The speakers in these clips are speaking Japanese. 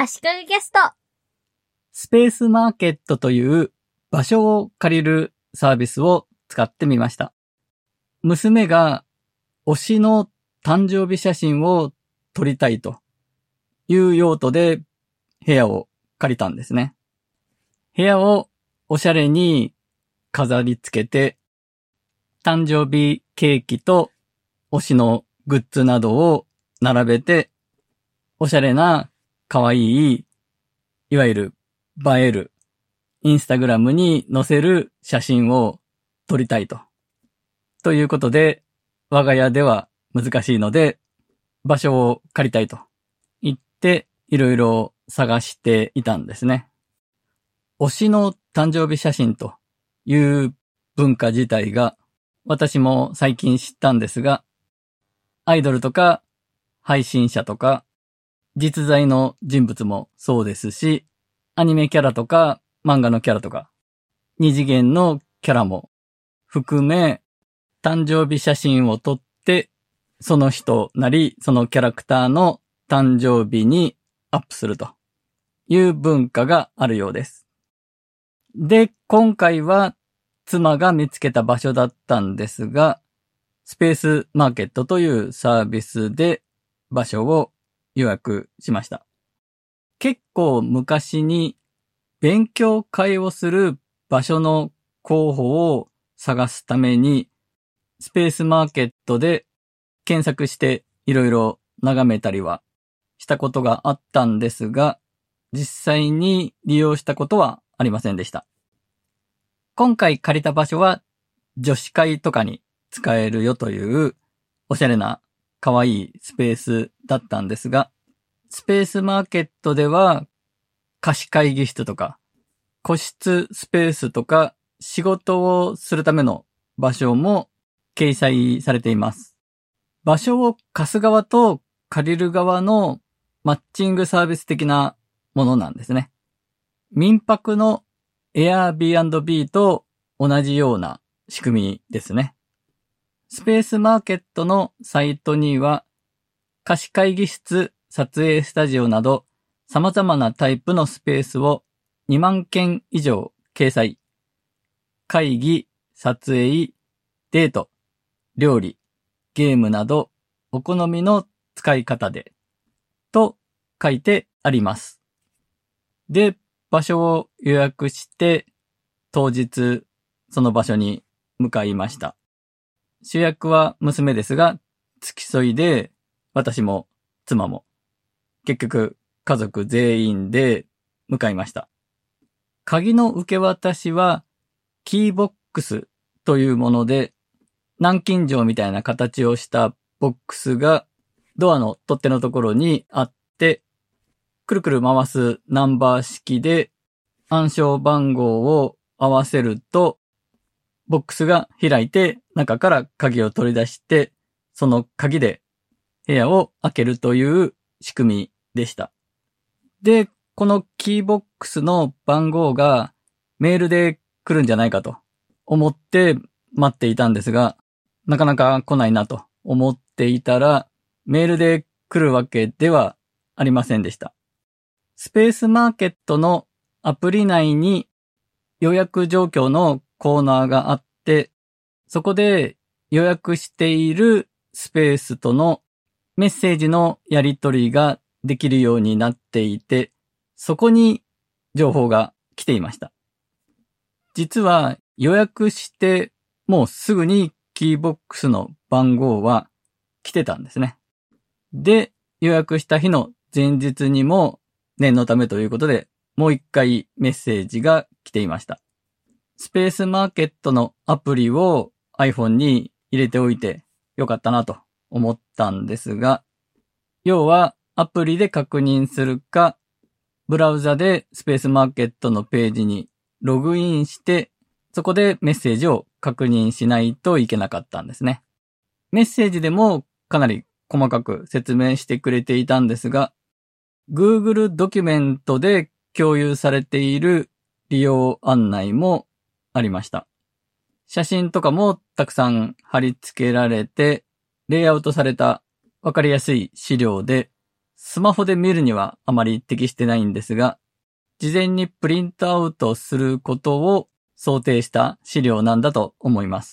足利ゲスト。 スペースマーケットという場所を借りるサービスを使ってみました。娘が推しの誕生日写真を撮りたいという用途で部屋を借りたんですね。部屋をおしゃれに飾り付けて、誕生日ケーキと推しのグッズなどを並べて、おしゃれな可愛い、いわゆる映える、インスタグラムに載せる写真を撮りたいと。ということで、我が家では難しいので、場所を借りたいと言って、いろいろ探していたんですね。推しの誕生日写真という文化自体が、私も最近知ったんですが、アイドルとか配信者とか実在の人物もそうですし、アニメキャラとか漫画のキャラとか二次元のキャラも含め、誕生日写真を撮ってその人なりそのキャラクターの誕生日にアップするという文化があるようです。で、今回は妻が見つけた場所だったんですが、スペースマーケットというサービスで場所を予約しました。結構昔に勉強会をする場所の候補を探すためにスペースマーケットで検索していろいろ眺めたりはしたことがあったんですが、実際に利用したことはありませんでした。今回借りた場所は女子会とかに使えるよというおしゃれな可愛いスペースだったんですが、スペースマーケットでは貸し会議室とか個室スペースとか仕事をするための場所も掲載されています。場所を貸す側と借りる側のマッチングサービス的なものなんですね。民泊の Airbnb と同じような仕組みですね。スペースマーケットのサイトには貸し会議室、撮影スタジオなど様々なタイプのスペースを2万件以上掲載。会議、撮影、デート、料理、ゲームなどお好みの使い方でと書いてあります。で、場所を予約して当日その場所に向かいました。主役は娘ですが、付き添いで私も妻も結局家族全員で向かいました。鍵の受け渡しはキーボックスというもので、南京錠みたいな形をしたボックスがドアの取っ手のところにあって、くるくる回すナンバー式で暗証番号を合わせると、ボックスが開いて中から鍵を取り出して、その鍵で部屋を開けるという仕組みでした。で、このキーボックスの番号がメールで来るんじゃないかと思って待っていたんですが、なかなか来ないなと思っていたら、メールで来るわけではありませんでした。スペースマーケットのアプリ内に予約状況のコーナーがあって、そこで予約しているスペースとのメッセージのやり取りができるようになっていて、そこに情報が来ていました。実は予約してもうすぐにキーボックスの番号は来てたんですね。で、予約した日の前日にも念のためということで、もう一回メッセージが来ていました。スペースマーケットのアプリを iPhone に入れておいてよかったなと思ったんですが、要はアプリで確認するか、ブラウザでスペースマーケットのページにログインして、そこでメッセージを確認しないといけなかったんですね。メッセージでもかなり細かく説明してくれていたんですが、Google ドキュメントで共有されている利用案内もありました。写真とかもたくさん貼り付けられて、レイアウトされたわかりやすい資料で、 スマホで見るにはあまり適してないんですが、事前にプリントアウトすることを想定した資料なんだと思います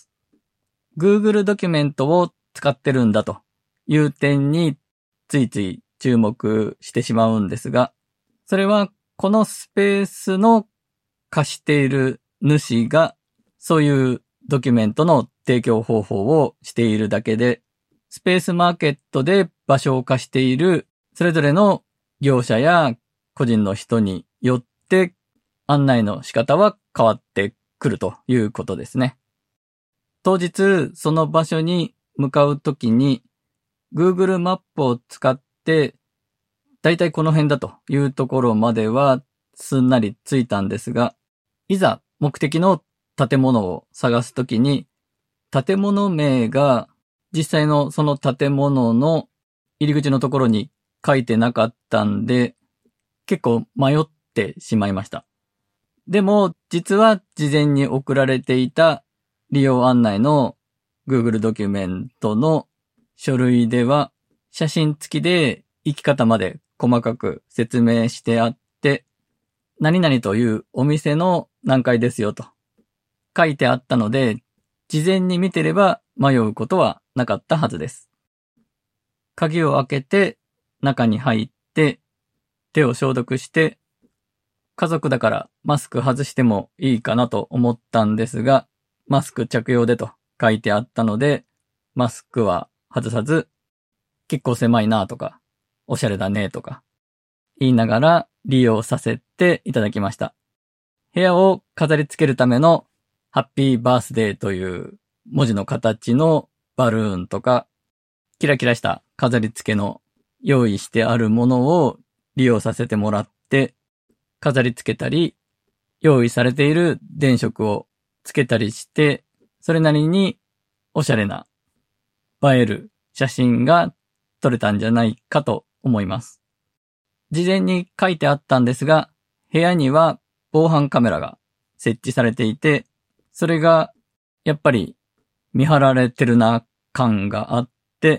。Google ドキュメントを使ってるんだという点についつい注目してしまうんですが、それはこのスペースの貸している主がそういうドキュメントの提供方法をしているだけで、スペースマーケットで場所を貸しているそれぞれの業者や個人の人によって案内の仕方は変わってくるということですね。当日その場所に向かうときに Google マップを使ってだいたいこの辺だというところまではすんなり着いたんですが、いざ目的の建物を探すときに建物名が実際のその建物の入り口のところに書いてなかったんで結構迷ってしまいました。でも実は事前に送られていた利用案内の Google ドキュメントの書類では写真付きで行き方まで細かく説明してあって、何々というお店の何階ですよと書いてあったので、事前に見てれば迷うことはなかったはずです。鍵を開けて中に入って手を消毒して、家族だからマスク外してもいいかなと思ったんですが、マスク着用でと書いてあったので、マスクは外さず、結構狭いなとか、おしゃれだねとか言いながら利用させていただきました。部屋を飾り付けるためのハッピーバースデーという文字の形のバルーンとか、キラキラした飾り付けの用意してあるものを利用させてもらって、飾り付けたり、用意されている電飾をつけたりして、それなりにおしゃれな映える写真が撮れたんじゃないかと思います。事前に書いてあったんですが、部屋には防犯カメラが設置されていて、それがやっぱり見張られてるな感があって、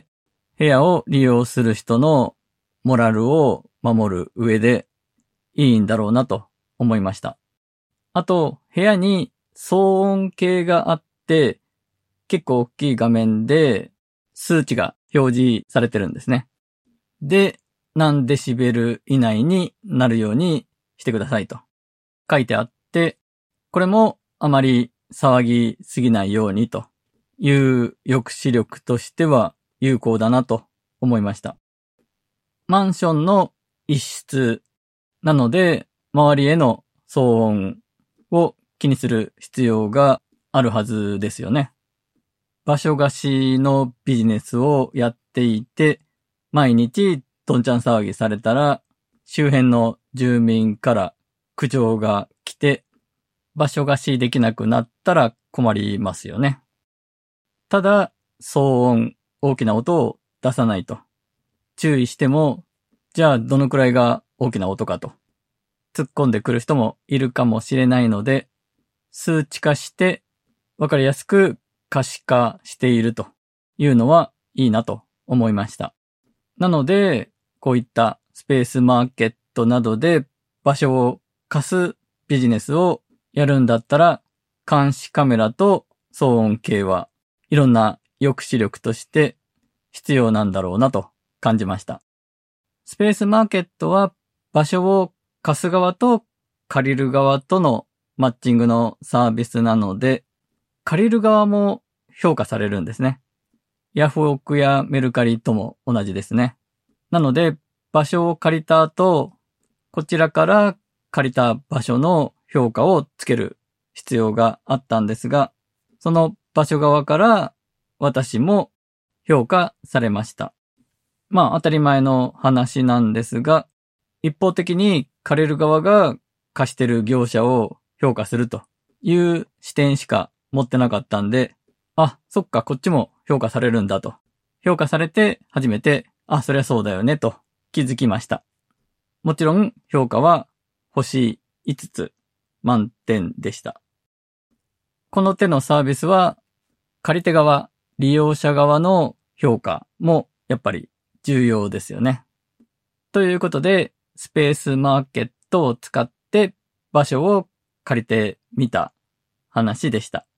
部屋を利用する人のモラルを守る上でいいんだろうなと思いました。あと、部屋に騒音計があって、結構大きい画面で数値が表示されてるんですね。で、何デシベル以内になるようにしてくださいと書いてあって、これもあまり騒ぎすぎないようにという抑止力としては有効だなと思いました。マンションの一室なので、周りへの騒音を気にする必要があるはずですよね。場所貸しのビジネスをやっていて、毎日どんちゃん騒ぎされたら、周辺の住民から苦情が来て、場所貸しできなくなったら困りますよね。ただ、騒音、大きな音を出さないと。注意しても、じゃあどのくらいが大きな音かと。突っ込んでくる人もいるかもしれないので、数値化してわかりやすく可視化しているというのはいいなと思いました。なので、こういったスペースマーケットなどで場所を貸すビジネスをやるんだったら、監視カメラと騒音計はいろんな抑止力として必要なんだろうなと感じました。スペースマーケットは場所を貸す側と借りる側とのマッチングのサービスなので、借りる側も評価されるんですね。ヤフオクやメルカリとも同じですね。なので、場所を借りた後、こちらから借りた場所の評価をつける必要があったんですが、その場所側から私も評価されました。まあ当たり前の話なんですが、一方的に借りる側が貸してる業者を評価するという視点しか持ってなかったんで、あ、そっか、こっちも評価されるんだと。評価されて初めて、あ、そりゃそうだよねと気づきました。もちろん評価は星5つ満点でした。この手のサービスは借り手側、利用者側の評価もやっぱり重要ですよね。 ということで、スペースマーケットを使って場所を借りてみた話でした。